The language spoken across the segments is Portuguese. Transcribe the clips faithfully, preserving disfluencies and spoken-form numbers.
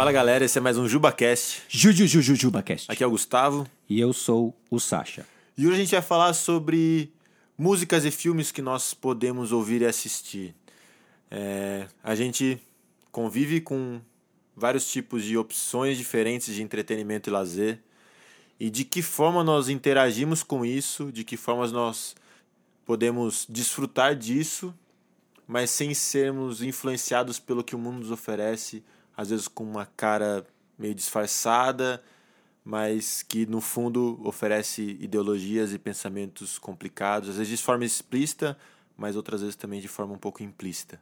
Fala galera, esse é mais um JubaCast. JujujujuJubaCast. Aqui é o Gustavo. E eu sou o Sasha. E hoje a gente vai falar sobre músicas e filmes que nós podemos ouvir e assistir. É, a gente convive com vários tipos de opções diferentes de entretenimento e lazer. E de que forma nós interagimos com isso, de que formas nós podemos desfrutar disso, mas sem sermos influenciados pelo que o mundo nos oferece, às vezes com uma cara meio disfarçada, mas que no fundo oferece ideologias e pensamentos complicados, às vezes de forma explícita, mas outras vezes também de forma um pouco implícita.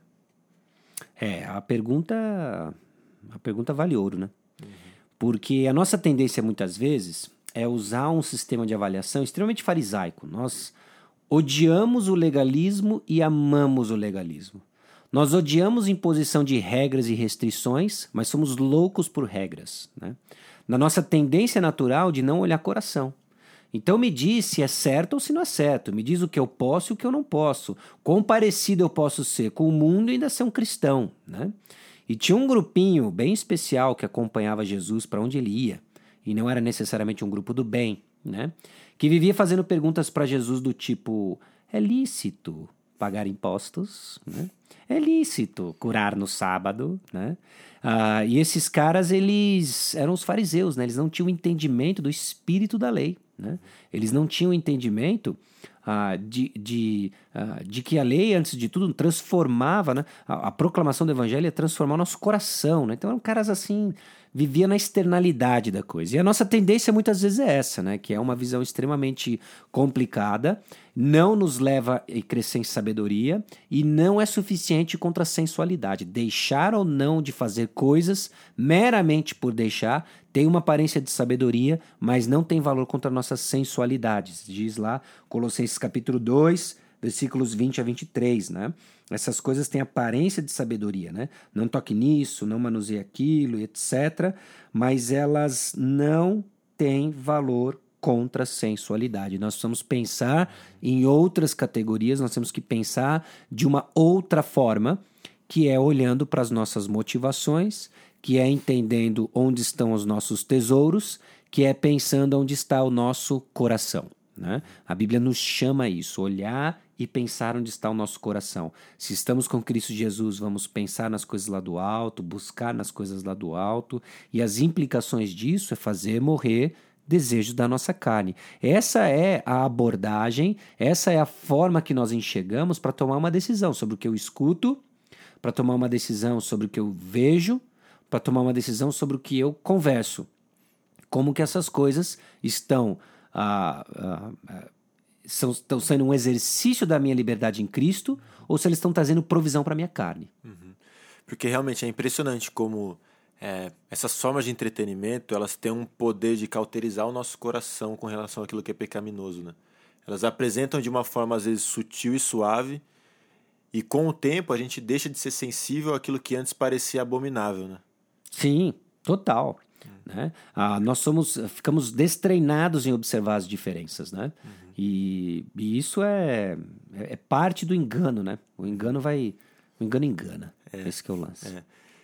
É, a pergunta, a pergunta vale ouro, né? Uhum. Porque a nossa tendência muitas vezes é usar um sistema de avaliação extremamente farisaico. Nós odiamos o legalismo e amamos o legalismo. Nós odiamos imposição de regras e restrições, mas somos loucos por regras, né? Na nossa tendência natural de não olhar coração. Então me diz se é certo ou se não é certo. Me diz o que eu posso e o que eu não posso. Quão parecido eu posso ser com o mundo e ainda ser um cristão, né? E tinha um grupinho bem especial que acompanhava Jesus para onde ele ia. E não era necessariamente um grupo do bem, né? Que vivia fazendo perguntas para Jesus do tipo: é lícito pagar impostos, né? É lícito curar no sábado, né? Ah, e esses caras, eles eram os fariseus, né? Eles não tinham entendimento do espírito da lei, né? Eles não tinham entendimento ah, de, de, ah, de que a lei, antes de tudo, transformava, né? A, a proclamação do evangelho ia transformar o nosso coração, né? Então eram caras assim, vivia na externalidade da coisa. E a nossa tendência muitas vezes é essa, né? Que é uma visão extremamente complicada, não nos leva a crescer em sabedoria e não é suficiente contra a sensualidade. Deixar ou não de fazer coisas meramente por deixar tem uma aparência de sabedoria, mas não tem valor contra nossas sensualidades. Diz lá Colossenses capítulo dois, versículos vinte a vinte e três, né? Essas coisas têm aparência de sabedoria, né? Não toque nisso, não manuseie aquilo, etcétera. Mas elas não têm valor contra a sensualidade. Nós precisamos pensar em outras categorias, nós temos que pensar de uma outra forma, que é olhando para as nossas motivações, que é entendendo onde estão os nossos tesouros, que é pensando onde está o nosso coração, né? A Bíblia nos chama a isso, olhar e pensar onde está o nosso coração. Se estamos com Cristo Jesus, vamos pensar nas coisas lá do alto, buscar nas coisas lá do alto, e as implicações disso é fazer morrer desejos da nossa carne. Essa é a abordagem, essa é a forma que nós enxergamos para tomar uma decisão sobre o que eu escuto, para tomar uma decisão sobre o que eu vejo, para tomar uma decisão sobre o que eu converso. Como que essas coisas estão, ah, ah, ah, são, estão sendo um exercício da minha liberdade em Cristo ou se eles estão trazendo provisão para a minha carne. Uhum. Porque realmente é impressionante como é, essas formas de entretenimento, elas têm um poder de cauterizar o nosso coração com relação àquilo que é pecaminoso, né? Elas apresentam de uma forma às vezes sutil e suave, e com o tempo a gente deixa de ser sensível àquilo que antes parecia abominável, né? Sim, total. Uhum. Né? Ah, nós somos, ficamos destreinados em observar as diferenças, né? Uhum. E, e isso é, é parte do engano, né? O engano vai, o engano engana. É, esse que é o lance. É.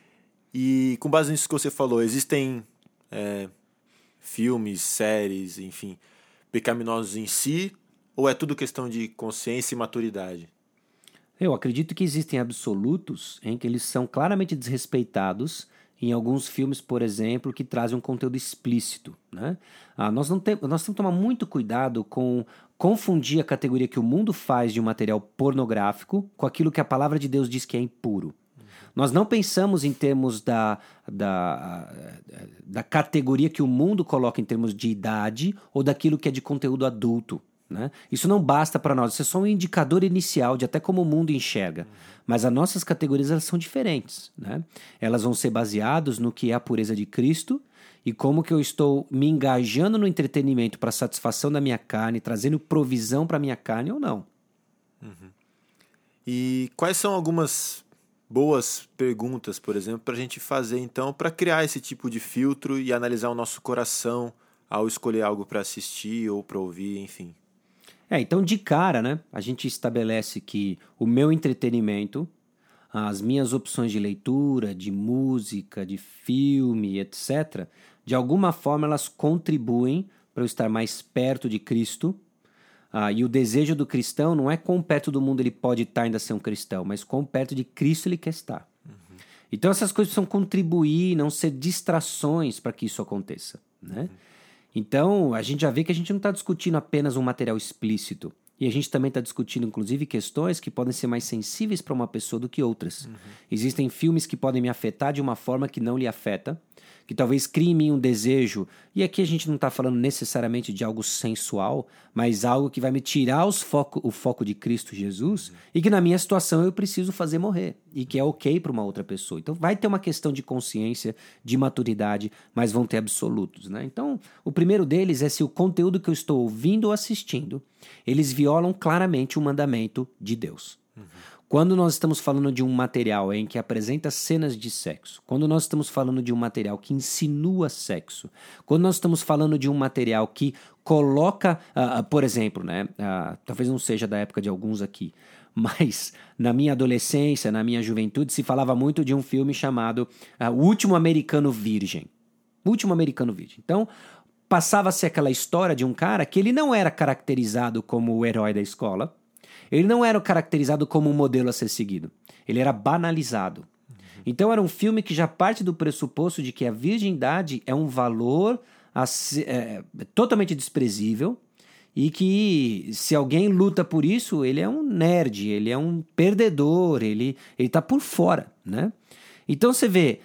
E com base nisso que você falou, existem é, filmes, séries, enfim, pecaminosos em si, ou é tudo questão de consciência e maturidade? Eu acredito que existem absolutos em que eles são claramente desrespeitados em alguns filmes, por exemplo, que trazem um conteúdo explícito, né? Ah, nós, não tem, nós temos que tomar muito cuidado com confundir a categoria que o mundo faz de um material pornográfico com aquilo que a palavra de Deus diz que é impuro. Nós não pensamos em termos da, da, da categoria que o mundo coloca em termos de idade ou daquilo que é de conteúdo adulto, né? Isso não basta para nós, isso é só um indicador inicial de até como o mundo enxerga. Uhum. Mas as nossas categorias elas são diferentes, né? Elas vão ser baseadas no que é a pureza de Cristo e como que eu estou me engajando no entretenimento para satisfação da minha carne, trazendo provisão para a minha carne ou não. Uhum. E quais são algumas boas perguntas, por exemplo, para a gente fazer então para criar esse tipo de filtro e analisar o nosso coração ao escolher algo para assistir ou para ouvir, enfim? É, então de cara, né, a gente estabelece que o meu entretenimento as minhas opções de leitura, de música, de filme, etcétera, de alguma forma elas contribuem para eu estar mais perto de Cristo. Ah, e o desejo do cristão não é quão perto do mundo ele pode estar ainda ser um cristão, mas quão perto de Cristo ele quer estar. Uhum. Então essas coisas precisam contribuir, não ser distrações para que isso aconteça, né? Uhum. Então a gente já vê que a gente não está discutindo apenas um material explícito. E a gente também está discutindo, inclusive, questões que podem ser mais sensíveis para uma pessoa do que outras. Uhum. Existem filmes que podem me afetar de uma forma que não lhe afeta, que talvez crie em mim um desejo, e aqui a gente não está falando necessariamente de algo sensual, mas algo que vai me tirar os foco, o foco de Cristo Jesus, uhum. e que na minha situação eu preciso fazer morrer, e que é ok para uma outra pessoa. Então vai ter uma questão de consciência, de maturidade, mas vão ter absolutos, né? Então o primeiro deles é se o conteúdo que eu estou ouvindo ou assistindo, eles violam claramente o mandamento de Deus. Uhum. Quando nós estamos falando de um material em que apresenta cenas de sexo, quando nós estamos falando de um material que insinua sexo, quando nós estamos falando de um material que coloca, uh, por exemplo, né, uh, talvez não seja da época de alguns aqui, mas na minha adolescência, na minha juventude, se falava muito de um filme chamado uh, O Último Americano Virgem. O Último Americano Virgem. Então, passava-se aquela história de um cara que ele não era caracterizado como o herói da escola, ele não era caracterizado como um modelo a ser seguido. Ele era banalizado. Uhum. Então era um filme que já parte do pressuposto de que a virgindade é um valor a ser, é, totalmente desprezível e que se alguém luta por isso, ele é um nerd, ele é um perdedor, ele está por fora, né? Então você vê...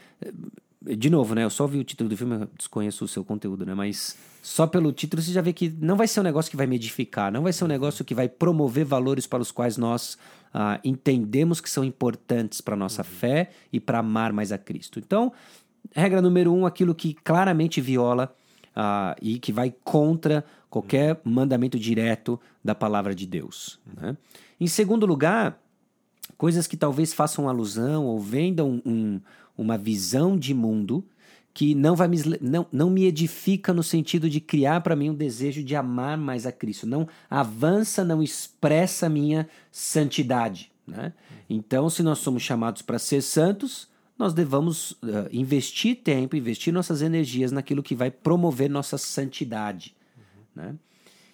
De novo, né? Eu só vi o título do filme, eu desconheço o seu conteúdo, né? Mas só pelo título você já vê que não vai ser um negócio que vai me edificar, não vai ser um negócio que vai promover valores para os quais nós ah, entendemos que são importantes para a nossa uhum. fé e para amar mais a Cristo. Então, regra número um, aquilo que claramente viola ah, e que vai contra qualquer mandamento direto da palavra de Deus. Uhum. Né? Em segundo lugar, coisas que talvez façam alusão ou vendam um... uma visão de mundo que não, vai me, não, não me edifica no sentido de criar para mim um desejo de amar mais a Cristo. Não avança, não expressa a minha santidade. Né? Então, se nós somos chamados para ser santos, nós devamos uh, investir tempo, investir nossas energias naquilo que vai promover nossa santidade. Uhum. Né?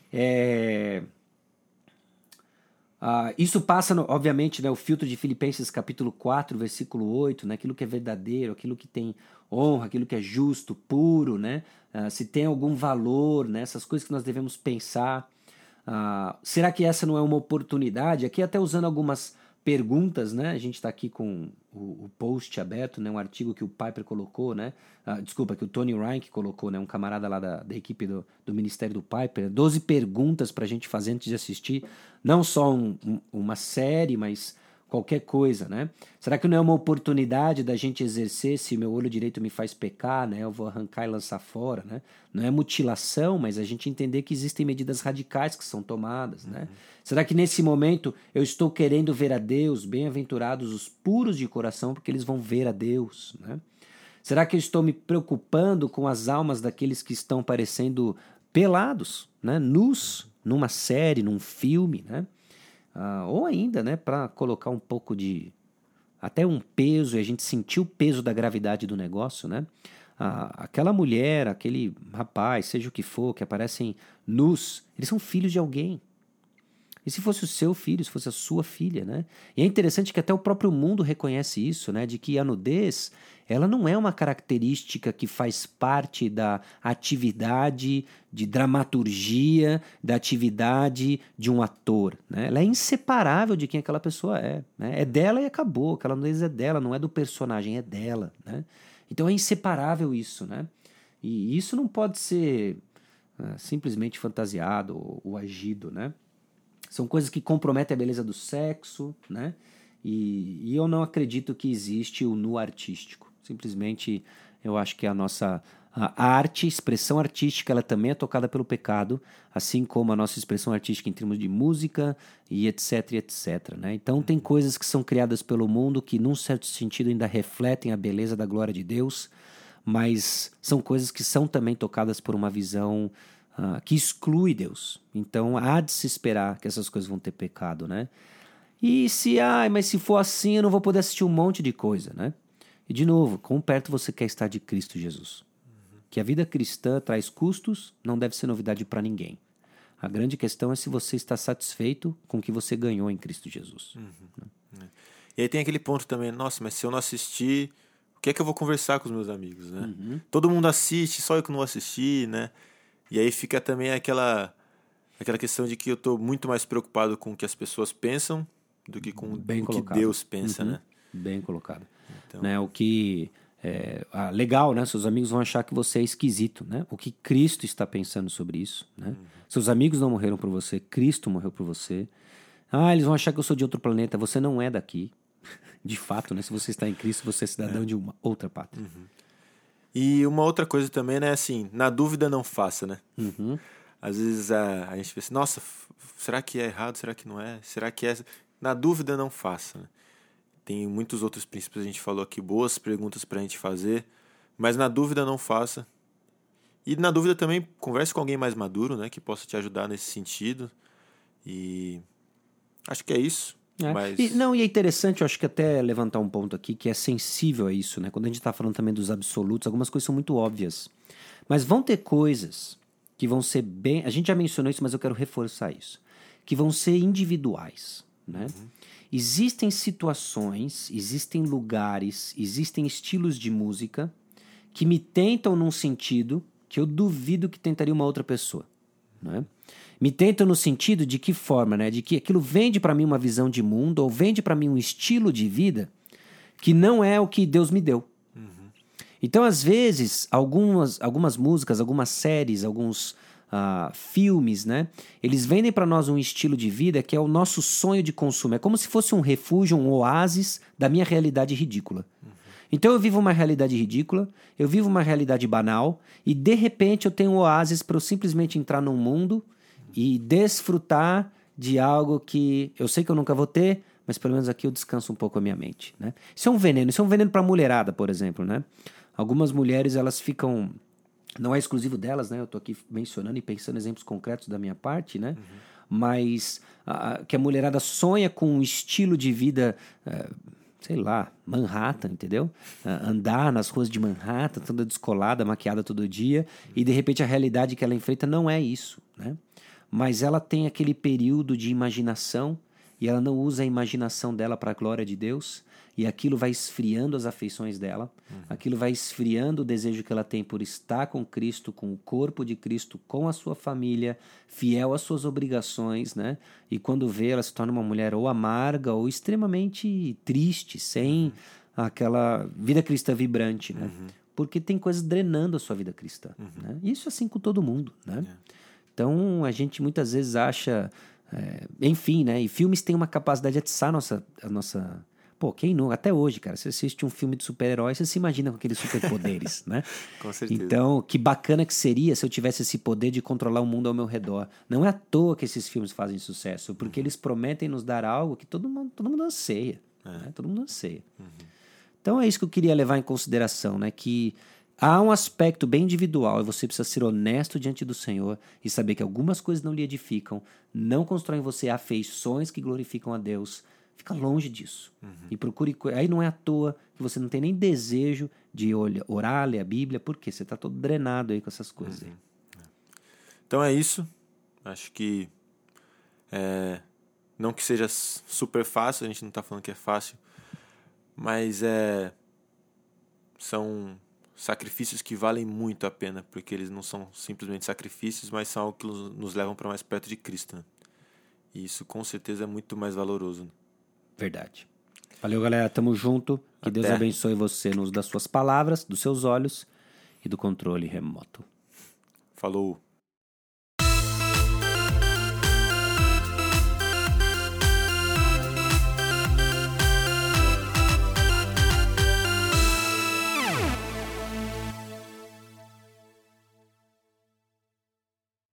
É... Uh, isso passa, no, obviamente, né, o filtro de Filipenses capítulo quatro, versículo oito, né, aquilo que é verdadeiro, aquilo que tem honra, aquilo que é justo, puro, né, uh, se tem algum valor, né, essas coisas que nós devemos pensar. Uh, será que essa não é uma oportunidade? Aqui até usando algumas perguntas, né, a gente está aqui com o, o post aberto, né, um artigo que o Piper colocou, né, uh, desculpa, que o Tony Ryan colocou, né, um camarada lá da, da equipe do, do Ministério do Piper, doze perguntas para a gente fazer antes de assistir, não só um, um, uma série, mas qualquer coisa, né? Será que não é uma oportunidade da gente exercer se meu olho direito me faz pecar, né? Eu vou arrancar e lançar fora, né? Não é mutilação, mas a gente entender que existem medidas radicais que são tomadas, né? Uhum. Será que nesse momento eu estou querendo ver a Deus? Bem-aventurados os puros de coração, porque eles vão ver a Deus, né? Será que eu estou me preocupando com as almas daqueles que estão parecendo pelados, né? Nus, numa série, num filme, né? Uh, ou ainda, né, para colocar um pouco de... até um peso, e a gente sentir o peso da gravidade do negócio, né? Uh, aquela mulher, aquele rapaz, seja o que for, que aparecem nus, eles são filhos de alguém. E se fosse o seu filho, se fosse a sua filha, né? E é interessante que até o próprio mundo reconhece isso, né? De que a nudez, ela não é uma característica que faz parte da atividade de dramaturgia, da atividade de um ator, né? Ela é inseparável de quem aquela pessoa é, né? É dela e acabou. Aquela nudez é dela, não é do personagem, é dela, né? Então é inseparável isso, né? E isso não pode ser uh, simplesmente fantasiado ou, ou agido, né? São coisas que comprometem a beleza do sexo, né? E, e eu não acredito que existe o nu artístico. Simplesmente, eu acho que a nossa a arte, expressão artística, ela também é tocada pelo pecado, assim como a nossa expressão artística em termos de música e etc, etc, né? Então, tem coisas que são criadas pelo mundo que, num certo sentido, ainda refletem a beleza da glória de Deus, mas são coisas que são também tocadas por uma visão... Uh, que exclui Deus. Então há de se esperar que essas coisas vão ter pecado, né? E se, ai, mas se for assim, eu não vou poder assistir um monte de coisa, né? E de novo, quão perto você quer estar de Cristo Jesus? Uhum. Que a vida cristã traz custos, não deve ser novidade para ninguém. A grande questão é se você está satisfeito com o que você ganhou em Cristo Jesus. Uhum. Né? E aí tem aquele ponto também, nossa, mas se eu não assistir, o que é que eu vou conversar com os meus amigos, né? Uhum. Todo mundo assiste, só eu que não vou assistir, né? E aí fica também aquela, aquela questão de que eu estou muito mais preocupado com o que as pessoas pensam do que com Bem o colocado. que Deus pensa, uhum. né? Bem colocado. Então... Né, o que... É, ah, legal, né? Seus amigos vão achar que você é esquisito, né? O que Cristo está pensando sobre isso, né? Uhum. Seus amigos não morreram por você, Cristo morreu por você. Ah, eles vão achar que eu sou de outro planeta. Você não é daqui. De fato, né? Se você está em Cristo, você é cidadão é. de uma outra pátria. Uhum. E uma outra coisa também, né? Assim, na dúvida não faça, né? Uhum. Às vezes a, a gente pensa, nossa, será que é errado? Será que não é? Será que é? Na dúvida não faça, né? Tem muitos outros princípios, a gente falou aqui, boas perguntas para a gente fazer, mas na dúvida não faça. E na dúvida também converse com alguém mais maduro, né, que possa te ajudar nesse sentido. E acho que é isso. É. Mas... E, não, e é interessante, eu acho que até levantar um ponto aqui que é sensível a isso, né? Quando a gente está falando também dos absolutos, algumas coisas são muito óbvias. Mas vão ter coisas que vão ser bem... A gente já mencionou isso, mas eu quero reforçar isso. Que vão ser individuais, né? Uhum. Existem situações, existem lugares, existem estilos de música que me tentam num sentido que eu duvido que tentaria uma outra pessoa, né? Me tentam no sentido de que forma, né? De que aquilo vende para mim uma visão de mundo ou vende para mim um estilo de vida que não é o que Deus me deu. Uhum. Então, às vezes, algumas, algumas músicas, algumas séries, alguns... Uh, filmes, né? Eles vendem para nós um estilo de vida que é o nosso sonho de consumo. É como se fosse um refúgio, um oásis da minha realidade ridícula. Uhum. Então eu vivo uma realidade ridícula, eu vivo uma realidade banal e de repente eu tenho um oásis para eu simplesmente entrar num mundo uhum. e desfrutar de algo que eu sei que eu nunca vou ter, mas pelo menos aqui eu descanso um pouco a minha mente, né? Isso é um veneno, isso é um veneno para mulherada, por exemplo, né? Algumas mulheres, elas ficam... Não é exclusivo delas, né? Eu estou aqui mencionando e pensando em exemplos concretos da minha parte, né? Uhum. Mas a, que a mulherada sonha com um estilo de vida, uh, sei lá, Manhattan, entendeu? Uh, andar nas ruas de Manhattan, toda descolada, maquiada todo dia, uhum. e de repente a realidade que ela enfrenta não é isso, né? Mas ela tem aquele período de imaginação e ela não usa a imaginação dela para a glória de Deus. E aquilo vai esfriando as afeições dela, uhum. aquilo vai esfriando o desejo que ela tem por estar com Cristo, com o corpo de Cristo, com a sua família, fiel às suas obrigações, né? E quando vê, ela se torna uma mulher ou amarga ou extremamente triste, sem uhum. aquela vida cristã vibrante, né? Uhum. Porque tem coisas drenando a sua vida cristã, uhum. né? Isso é assim com todo mundo, né? É. Então, a gente muitas vezes acha... É, enfim, né? E filmes têm uma capacidade de atiçar a nossa... A nossa Pô, quem não? Até hoje, cara, você assiste um filme de super-herói, você se imagina com aqueles superpoderes, né? Com certeza. Então, que bacana que seria se eu tivesse esse poder de controlar o mundo ao meu redor. Não é à toa que esses filmes fazem sucesso, porque uhum. eles prometem nos dar algo que todo mundo, todo mundo anseia. É. Né? Todo mundo anseia. Uhum. Então, é isso que eu queria levar em consideração, né? Que há um aspecto bem individual e você precisa ser honesto diante do Senhor e saber que algumas coisas não lhe edificam, não constroem em você afeições que glorificam a Deus. Fica longe disso. Uhum. E procure... Aí não é à toa que você não tem nem desejo de orar, ler a Bíblia, porque você está todo drenado aí com essas coisas. Uhum. Aí. Então é isso. Acho que... É, não que seja super fácil, a gente não está falando que é fácil, mas é, são sacrifícios que valem muito a pena, porque eles não são simplesmente sacrifícios, mas são algo que nos levam para mais perto de Cristo. Né? E isso com certeza é muito mais valoroso. Né? Verdade. Valeu, galera. Tamo junto. Que Até. Deus abençoe você no uso das suas palavras, dos seus olhos e do controle remoto. Falou.